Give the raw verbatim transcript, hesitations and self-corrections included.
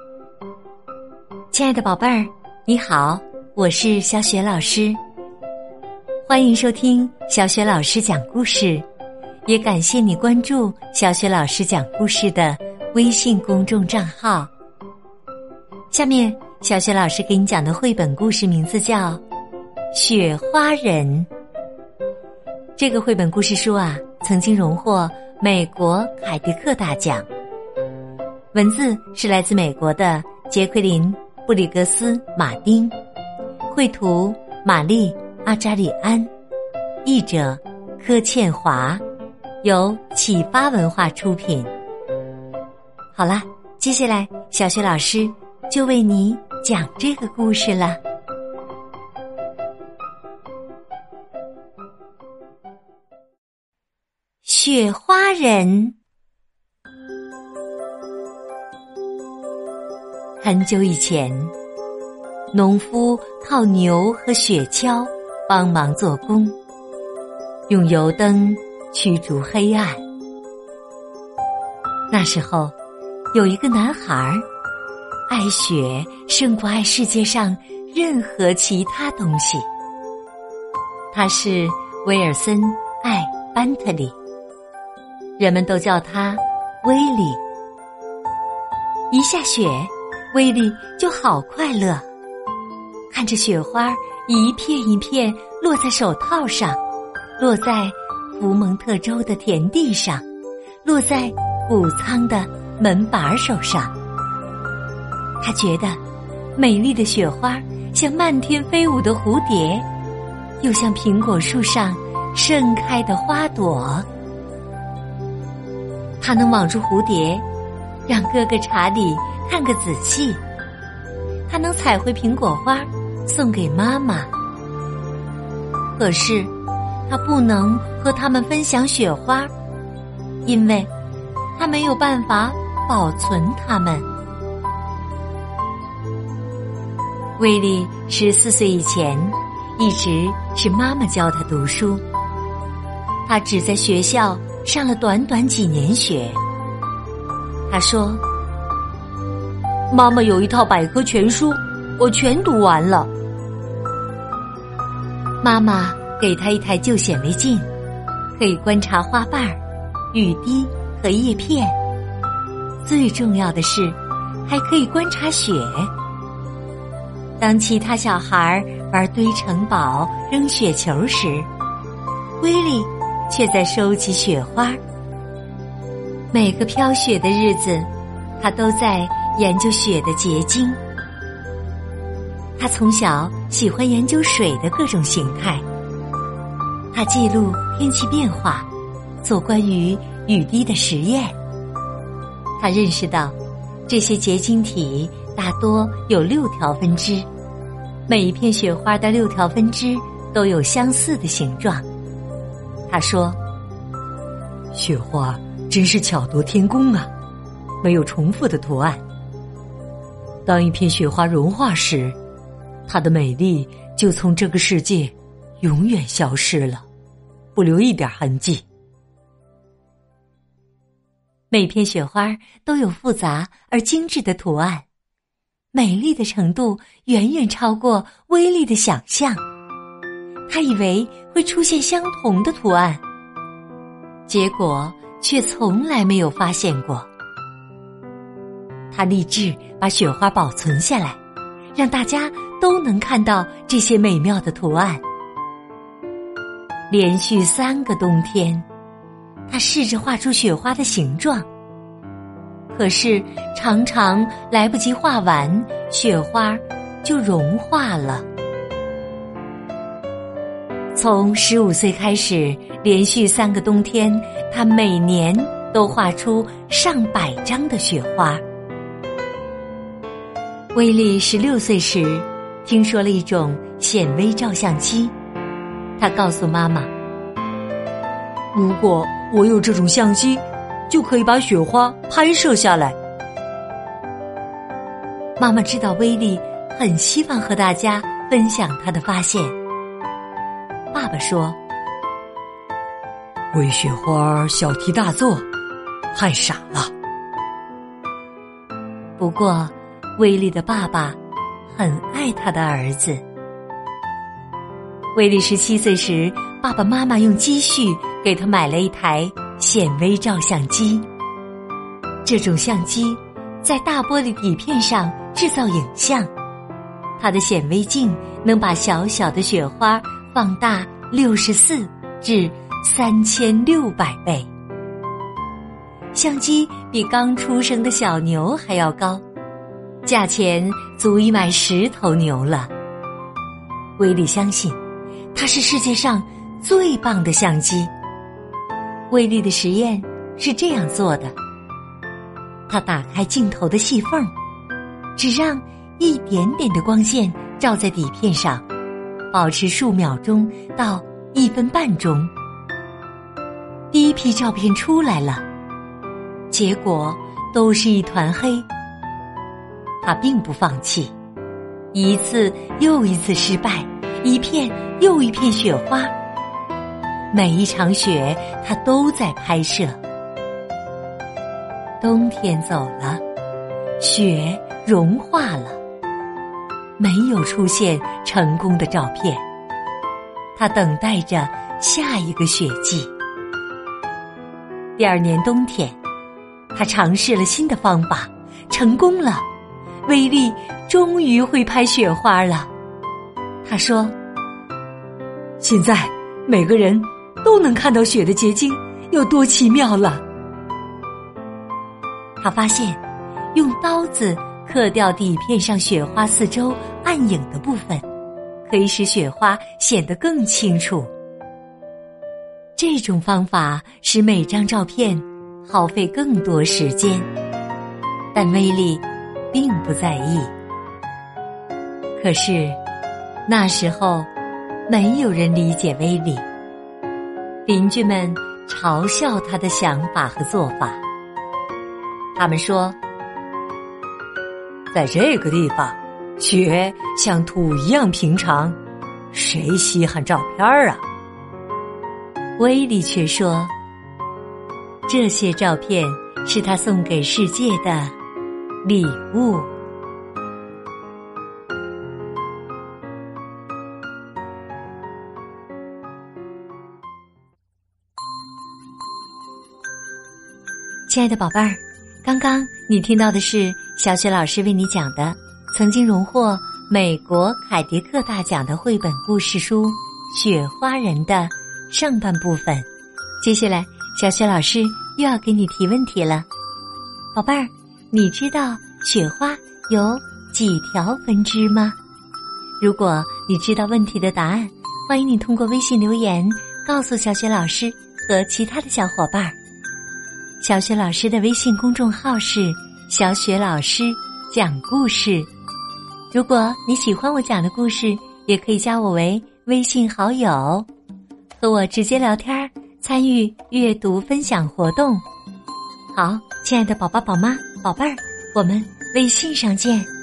亲爱的宝贝儿，你好，我是小雪老师，欢迎收听小雪老师讲故事，也感谢你关注小雪老师讲故事的微信公众账号。下面小雪老师给你讲的绘本故事名字叫《雪花人》。这个绘本故事书啊，曾经荣获美国凯迪克大奖。文字是来自美国的杰奎琳·布里格斯马丁，绘图玛丽·阿扎里安，译者柯倩华，由启发文化出品。好了，接下来小雪老师就为你讲这个故事了。雪花人。很久以前，农夫靠牛和雪橇帮忙做工，用油灯驱逐黑暗。那时候，有一个男孩，爱雪胜过爱世界上任何其他东西。他是威尔森·爱班特利，人们都叫他威利。一下雪，威利就好快乐，看着雪花一片一片落在手套上，落在福蒙特州的田地上，落在谷仓的门把手上。他觉得美丽的雪花像漫天飞舞的蝴蝶，又像苹果树上盛开的花朵。他能网住蝴蝶，让哥哥查理看个仔细。他能采回苹果花送给妈妈，可是他不能和他们分享雪花，因为他没有办法保存它们。威利十四岁以前一直是妈妈教他读书，他只在学校上了短短几年学。他说，妈妈有一套百科全书，我全读完了。妈妈给他一台旧显微镜，可以观察花瓣、雨滴和叶片。最重要的是，还可以观察雪。当其他小孩玩堆城堡、扔雪球时，威利却在收集雪花。每个飘雪的日子，他都在研究雪的结晶。他从小喜欢研究水的各种形态，他记录天气变化，做关于雨滴的实验。他认识到，这些结晶体大多有六条分支，每一片雪花的六条分支都有相似的形状。他说，雪花真是巧夺天工啊，没有重复的图案。当一片雪花融化时，它的美丽就从这个世界永远消失了，不留一点痕迹。每片雪花都有复杂而精致的图案，美丽的程度远远超过威力的想象。他以为会出现相同的图案，结果却从来没有发现过。他立志把雪花保存下来，让大家都能看到这些美妙的图案。连续三个冬天，他试着画出雪花的形状，可是常常来不及画完，雪花就融化了。从十五岁开始，连续三个冬天，他每年都画出上百张的雪花。威利十六岁时，听说了一种显微照相机，他告诉妈妈，如果我有这种相机，就可以把雪花拍摄下来。妈妈知道威利很希望和大家分享他的发现。爸爸说， 为雪花小题大做，太傻了。 不过威利的爸爸很爱他的儿子。威利十七岁时，爸爸妈妈用积蓄给他买了一台显微照相机。这种相机在大玻璃底片上制造影像，它的显微镜能把小小的雪花放大六十四至三千六百倍。相机比刚出生的小牛还要高，价钱足以买十头牛了。威利相信它是世界上最棒的相机。威利的实验是这样做的：他打开镜头的细缝，只让一点点的光线照在底片上，保持数秒钟到一分半钟。第一批照片出来了，结果都是一团黑。他并不放弃，一次又一次失败，一片又一片雪花，每一场雪他都在拍摄。冬天走了，雪融化了，没有出现成功的照片。他等待着下一个雪季。第二年冬天，他尝试了新的方法，成功了。威利终于会拍雪花了。他说：现在每个人都能看到雪的结晶，有多奇妙了。他发现用刀子刻掉底片上雪花四周暗影的部分，可以使雪花显得更清楚。这种方法使每张照片耗费更多时间，但威利并不在意。可是那时候没有人理解威利，邻居们嘲笑他的想法和做法。他们说，在这个地方，雪像土一样平常，谁稀罕照片啊？威利却说，这些照片是他送给世界的礼物。亲爱的宝贝儿，刚刚你听到的是小雪老师为你讲的曾经荣获美国凯迪克大奖的绘本故事书《雪花人》的上半部分。接下来小雪老师又要给你提问题了。宝贝儿，你知道雪花有几条分支吗？如果你知道问题的答案，欢迎你通过微信留言告诉小雪老师和其他的小伙伴。小雪老师的微信公众号是小雪老师讲故事。如果你喜欢我讲的故事，也可以加我为微信好友，和我直接聊天，参与阅读分享活动。好，亲爱的宝宝宝妈宝贝儿，我们微信上见。